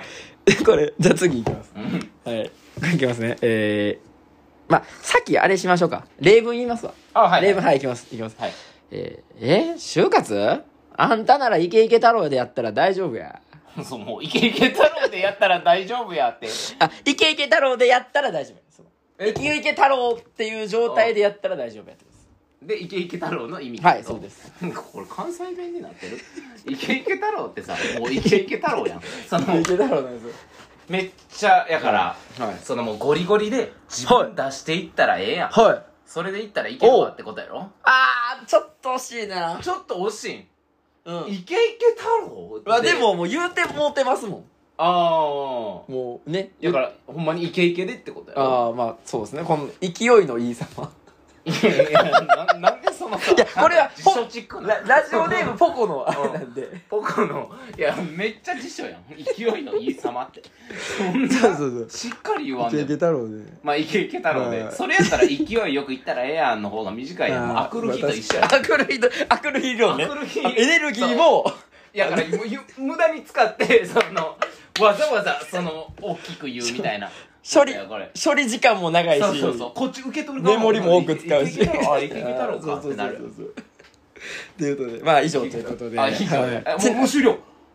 これじゃあ次いきます。はい。いきますね。まあさっきあれしましょうか。例文言いますわ。例文いきます。はい。就活？あんたならイケイケ太郎でやったら大丈夫や。 そう、もうイケイケ太郎でやったら大丈夫やって。 イケイケ太郎でやったら大丈夫や。イケイケ太郎っていう状態でやったら大丈夫やってです。 で、イケイケ太郎の意味。 はい、そうです。 これ関西弁になってる？イケイケ太郎ってさ、もうイケイケ太郎やん。イケイケ太郎なんですよ。 めっちゃやから、もうゴリゴリで自分出していったらええやん。はい。それでいったらいけるわってことやろ？ ちょっと惜しいな。 ちょっと惜しいん。イケイケ太郎でももう言うてもうてますもん。もうね。 だからほんまにイケイケでってことやろ。 まあそうですね。この勢いのいい様。 いやなんでそのさ、 いやこれは辞書チックなラジオネームポコのあれなんで。 ポコのいやめっちゃ辞書やん。勢いのいい様って。 そうしっかり言わんで。 イケイケ太郎で。 まあイケイケ太郎で。それやったら勢いよく言ったらええやんの方が短いやん。アクルヒと一緒やん。 アクルヒ量ね。エネルギーも。 いやだから無駄に使ってわざわざ大きく言うみたいな。処理時間も長いし、そうこっち受け取るメモリも多く使うし、イケイケ太郎かってなる。ということで、まあ以上ということで、もう終了。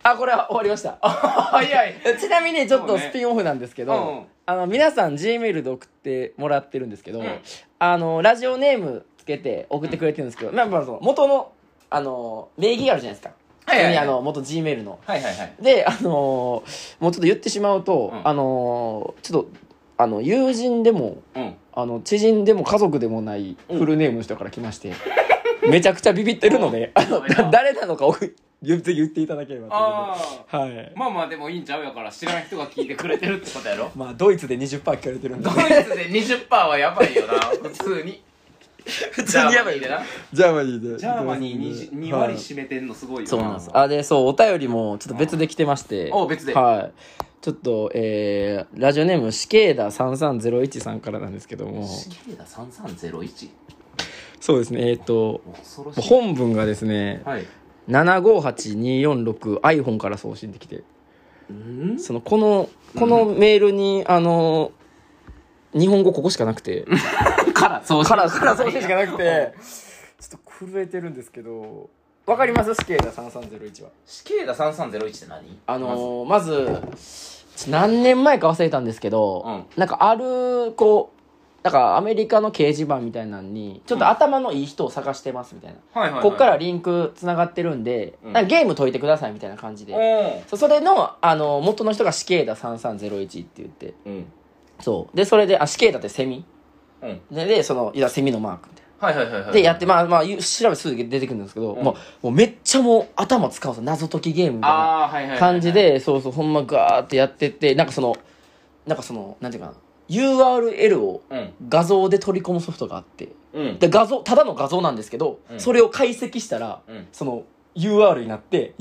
あ、これは終わりました。 早い。 ちなみにちょっとスピンオフなんですけど、皆さん Gmail で送ってもらってるんですけど、ラジオネームつけて送ってくれてるんですけど、まあその元の、名義があるじゃないですか。普通に元 Gmail の。で、もうちょっと言ってしまうと、ちょっと、友人でも、知人でも家族でもないフルネームの人から来まして、めちゃくちゃビビってるので、誰なのかぜひ言っていただければということで。はい。 まあまあでもいいんちゃうやから知らん人が聞いてくれてるってことやろ。 まあドイツで 20% 聞かれてるんで。 ドイツで 20% はやばいよな、普通に。 普通にやばいでな。ジャーマニーで。 ジャーマニー2割占めてんのすごいよな。 そうなんです。で、そう、お便りもちょっと別で来てまして。 別で。 はい。ちょっと、ラジオネーム、シケーダ3301さんからなんですけども。 シケーダ 3301？ そうですね、本文がですね、758246 iPhone から送信できて、このメールに、日本語ここしかなくて、 から送信しかなくて、ちょっと震えてるんですけど、わかります？シケーダ3301は。 シケーダ3301って何？ まず、何年前か忘れたんですけど、なんかなんかアメリカの掲示板みたいなのにちょっと頭のいい人を探してますみたいな、こっからリンクつながってるんで、なんかゲーム解いてくださいみたいな感じで、それの、元の人がシケーダ3301って言って、そうでそれでシケーダってセミ、でそのセミのマークみたいな。でやって調べすぐ出てくるんですけど、もうめっちゃもう頭使うんですよ、謎解きゲームみたいな感じで、そうほんまガーってやってってなんかそのなんていうかな、URL を画像で取り込むソフトがあって、でただの画像なんですけど、それを解析したら、その URL になって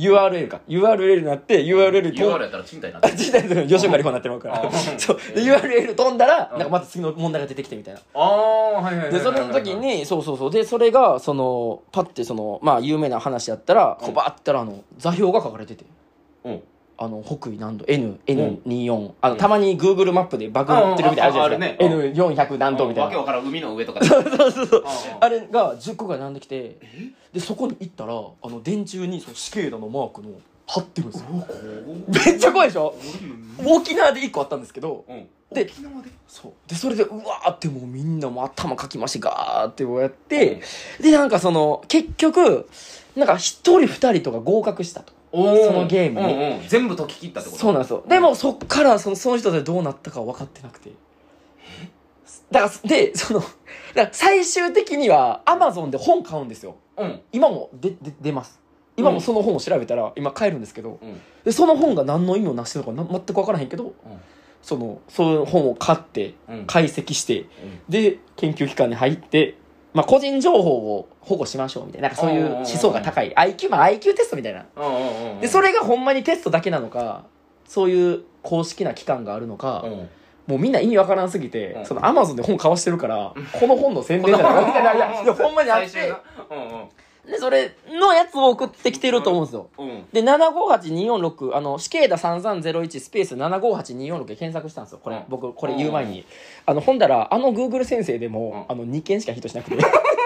URL になって URL に URL やったら賃貸になってる。 賃貸の吉岡里帆になってるからそうで URL 飛んだらなんかまた次の問題が出てきてみたいな。でそれの時にそうでそれがパッて有名な話やったらこうバーってたら座標が書かれてて、北緯何度 N24、たまに Google マップでバグってるみたいなあるじゃないですか、N400 何度みたいな、 わけわからん海の上とかそうあれが10個ぐらい並んできて、でそこに行ったら電柱にシケーダのマークの貼ってるんですよ。めっちゃ怖いでしょ。沖縄で1個あったんですけど、でそれでうわーってもうみんなも頭かきましてガーってこうやって、でなんか結局なんか1人2人とか合格したと、そのゲームに、 全部解き切ったってこと。 そうなんですよ。でもそっからその人でどうなったか分かってなくて、だから最終的には Amazon で本買うんですよ。今も出ます。今もその本を調べたら今買えるんですけど、でその本が何の意味をなしてるのか全く分からへんけど、その本を買って解析して、で研究機関に入って、個人情報を保護しましょうみたいな、なんかそういう思想が高い IQ テストみたいな。でそれがほんまにテストだけなのか、そういう公式な機関があるのか、もうみんな意味わからんすぎて、Amazon で本買わしてるからこの本の宣伝じゃないみたいな、いやほんまにあって、でそれのやつを送ってきてると思うんですよ。で758246シケーダ3301スペース758246で検索したんですよ。僕これ言う前にほんだらGoogle 先生でも2件しかヒットしなくて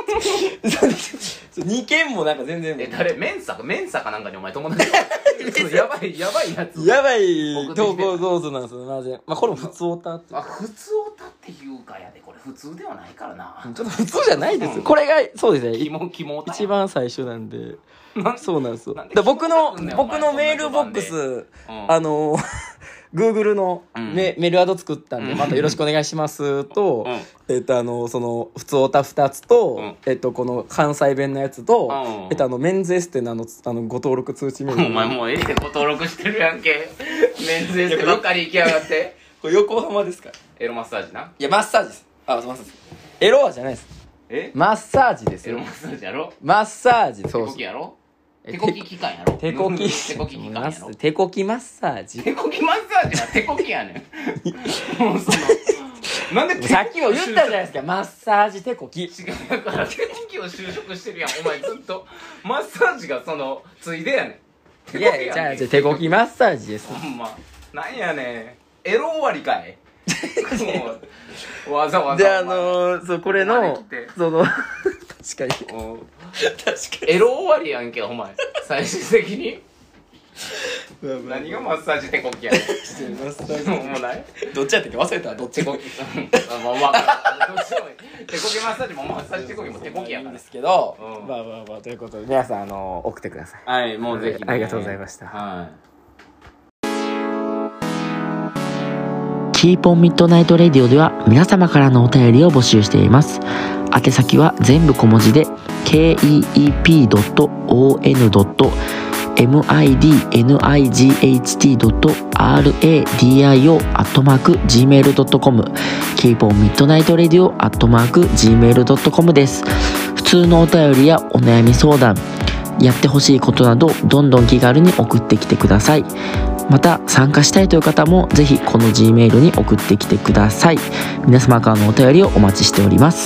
2件もなんか全然誰メンサかなんかにお前友達やばいやつやばい投稿どうぞなんですよマジで。これも普通オタって普通オタっていうかやで、これ普通ではないからな。 ちょっと普通じゃないですよ、これがそうですね、 肝一番最初なんで。そうなんですよ。僕のメールボックスGoogle のメールアド作ったんで、またよろしくお願いしますと、その普通オタ2つと、この関西弁のやつと、メンズエステのご登録通知メール。 お前もうエステご登録してるやんけ。メンズエステばっかり行きやがって。 これ横浜ですか？ エロマッサージな。 いやマッサージです。マッサージ。エロはじゃないです。マッサージですよ。 エロマッサージやろ。 マッサージ。そう。 手こきやろ。手こき期間やろ。手こき期間やろ。 手こきマッサージ。 手こきマッサージは手こきやねん。もうなんでさっきも言ったじゃないですか、マッサージ手こき。 違う、だから手こきを就職してるやん。お前ずっとマッサージがついでやねん。いやいや、じゃあ手こきマッサージです。 ほんまなんやねん、エロ終わりかい。もうわざわざでこれの確かにエロ終わりやんけお前最終的に何がマッサージ手こきやねん。 マッサージもうないどっちやったっけ忘れたどっち手こき。まあまあ、どっちも手こきマッサージもマッサージ手こきも手こきやから。 ですけど、 うんまあまあまあということで皆さん送ってください。 はい、もうぜひね。 ありがとうございました。 はキーポンミッドナイトレディオでは皆様からのお便りを募集しています。宛先は全部小文字で keeponight.midnight.radio@gmail.com キーポンミッドナイトレディオ@gmail.com です。普通のお便りやお悩み相談、やってほしいことなどどんどん気軽に送ってきてください。また参加したいという方もぜひこの G メールに送ってきてください。皆様からのお便りをお待ちしております。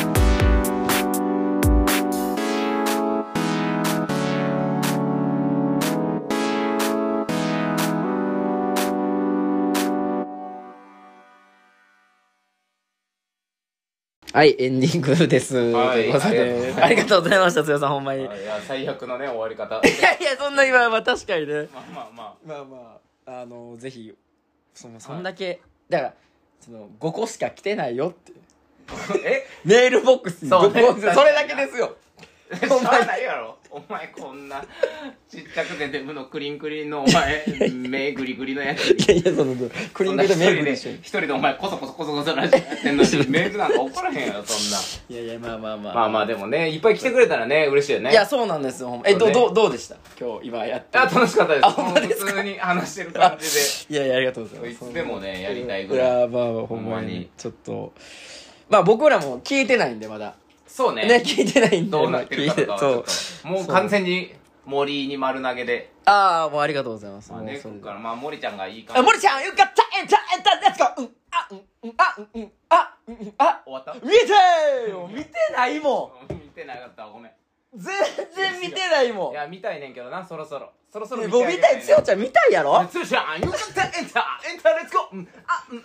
はい、エンディングです。 はい、 ありがとうございました、つよさん、ほんまに。いいや、最悪のね、終わり方。 やいや、そんな今は確かにね。 まあまあままあまあ、ぜひ、そんだけ、だから、5個しか来てないよって。 えメールボックスに5個、それだけですよ。 しょうがないやろ。お前こんなちっちゃくてデブのクリンクリンのお前目グリグリのやつにいやいや、クリンクリで目グリ一人でお前コソコソコソコソラジオやってんのにメールなんか怒らへんやろ、そんな。 いやいや、まあまあまあ。 まあまあでもね、いっぱい来てくれたらね、嬉しいよね。 いや、そうなんですよ。どうでした今日、今やって。 あ、楽しかったです。 あ、ほんまですか。 普通に話してる感じで。 いやいや、ありがとうございます。 いつでもね、やりたいぐらい。 いや、まあ、ほんまに。ちょっと、まあ僕らも聞いてないんで、まだ。 そうね。 ね、聞いてないんで。 どうなってるかとかはちょっと。もう完全に森に丸投げで。 ああ、もうありがとうございます。 まあね、こっからまあ森ちゃんがいい感じ。森ちゃん、よかったエンタレッツゴー終わった見てよ見てないもん見てなかったわ、ごめん。 全然見てないもん。 いや、見たいねんけどな、そろそろ見てあげもう見たい、つよちゃん見たいやろつよちゃん、よかったエンタレッツゴー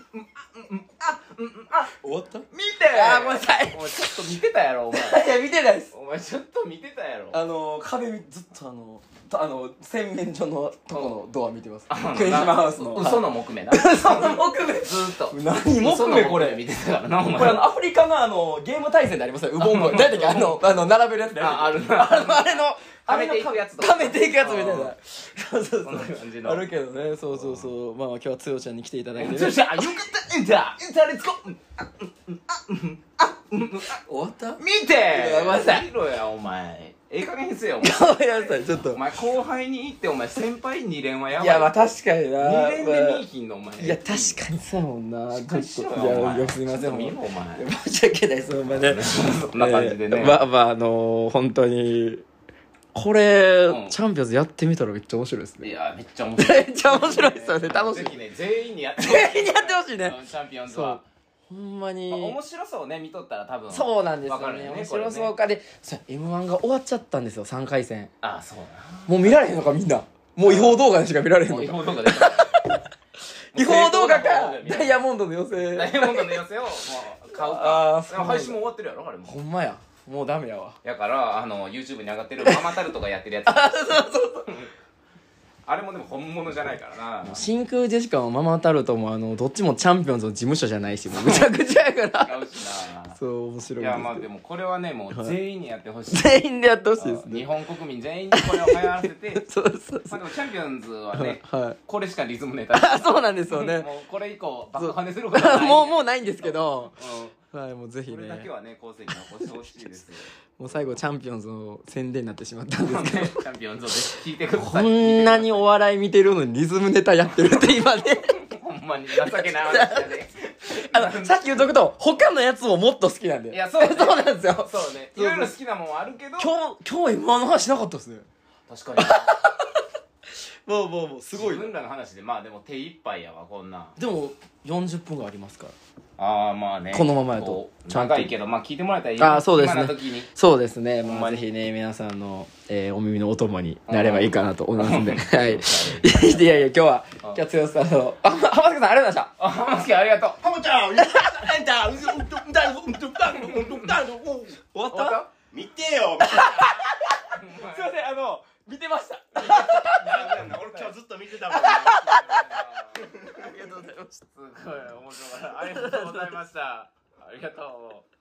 終わった見てあー、ごめんなさい。 お前ちょっと見てたやろ、お前。 いや、見てないです。 お前ちょっと見てたやろ。 壁ずっと洗面所のとこのドア見てます。クリスマハウスの。 嘘の木目な。 嘘の木目ずーっと。 何木目これ見てたからな、お前。 これアフリカのゲーム対戦でありますよ。ウボンゴ。誰だっけ並べるやつで。 あるな。 はめていくやつとか。はめていくやつみたいな。そうそうそう。あるけどね、そうそうそう。まあ今日はつよちゃんに来ていただいてね。 つよちゃん、よかったエンタレッツゴー終わった見てごめんなさい。 見ろや、お前。ええ加減にせよ、おごめんなさい、ちょっと。 前後輩に行って、お前先輩2連はやばい。 いや、まあ確かにな。 2連で見いひんの、お前。 いや、確かにそうやもんな。ちょっと。 いいや、すいません、 見ろ、お前。 申し訳ないです、ほんまね。 そんな感じでね。 まあまあ、本当に。これ、チャンピオンズやってみたらめっちゃ面白いですね。 いや、めっちゃ面白い。 めっちゃ面白いですよね、楽しい。 ぜひね、全員にやってほしいね。 チャンピオンズは。 ほんまに。 面白そうね、見とったら多分。 そうなんですよね。面白そうかで、M1 が終わっちゃったんですよ、3回戦。 ああ、そうな。 もう見られへんのか、みんな。もう違法動画でしか見られへんのか。 違法動画で。 違法動画か、ダイヤモンドの寄せ。 ダイヤモンドの寄せを買うか。配信も終わってるやろ、あれも。 ほんまや。もうダメやわ。 やから、YouTube に上がってるママタルトがやってるやつ。そうそうそう。あれもでも本物じゃないからな。 真空ジェシカもママタルトもどっちもチャンピオンズの事務所じゃないし、もうむちゃくちゃやから。 違うしな。 そう、面白い。 いや、まあでもこれはね、もう全員にやってほしい。 全員でやってほしいですね。 日本国民全員にこれを流行らせて。 そうそう。 まあでもチャンピオンズはね、 はい。 これしかリズムネタ。 そうなんですよね。 もうこれ以降、バカ跳ねすることはない。 もうないんですけど。はい、もうぜひね。 これだけはね、後世に残してほしいです。 もう最後チャンピオンズの宣伝になってしまったんですけど。 チャンピオンズを聞いてください。 こんなにお笑い見てるのにリズムネタやってるって今ね。 ほんまに情けない話だね。 さっき言うとくと、他のやつももっと好きなんで。 いや、そうそうなんですよ。 そうね。いろいろ好きなもんあるけど。 今日 M1 の話なかったですね。 確かに。 もうすごい。 自分らの話で、まあでも手一杯やわ、こんな。 でも、40分がありますから。 ああ、まあね。 このままやと。 長いけど、まあ聞いてもらえたらいい。 ああ、そうですね。 今の時に。 そうですね。まあぜひね、皆さんの、お耳のお供になればいいかなと思いますんで。はい。いやいや、今日は、剛さんの、浜助さんありがとうございました。 浜助ありがとう。 浜ちゃん終わった見てよすいません、見てました。 俺今日ずっと見ててたもんね。ありがとうございました。 すごい面白かった。ありがとうございました。ありがとう。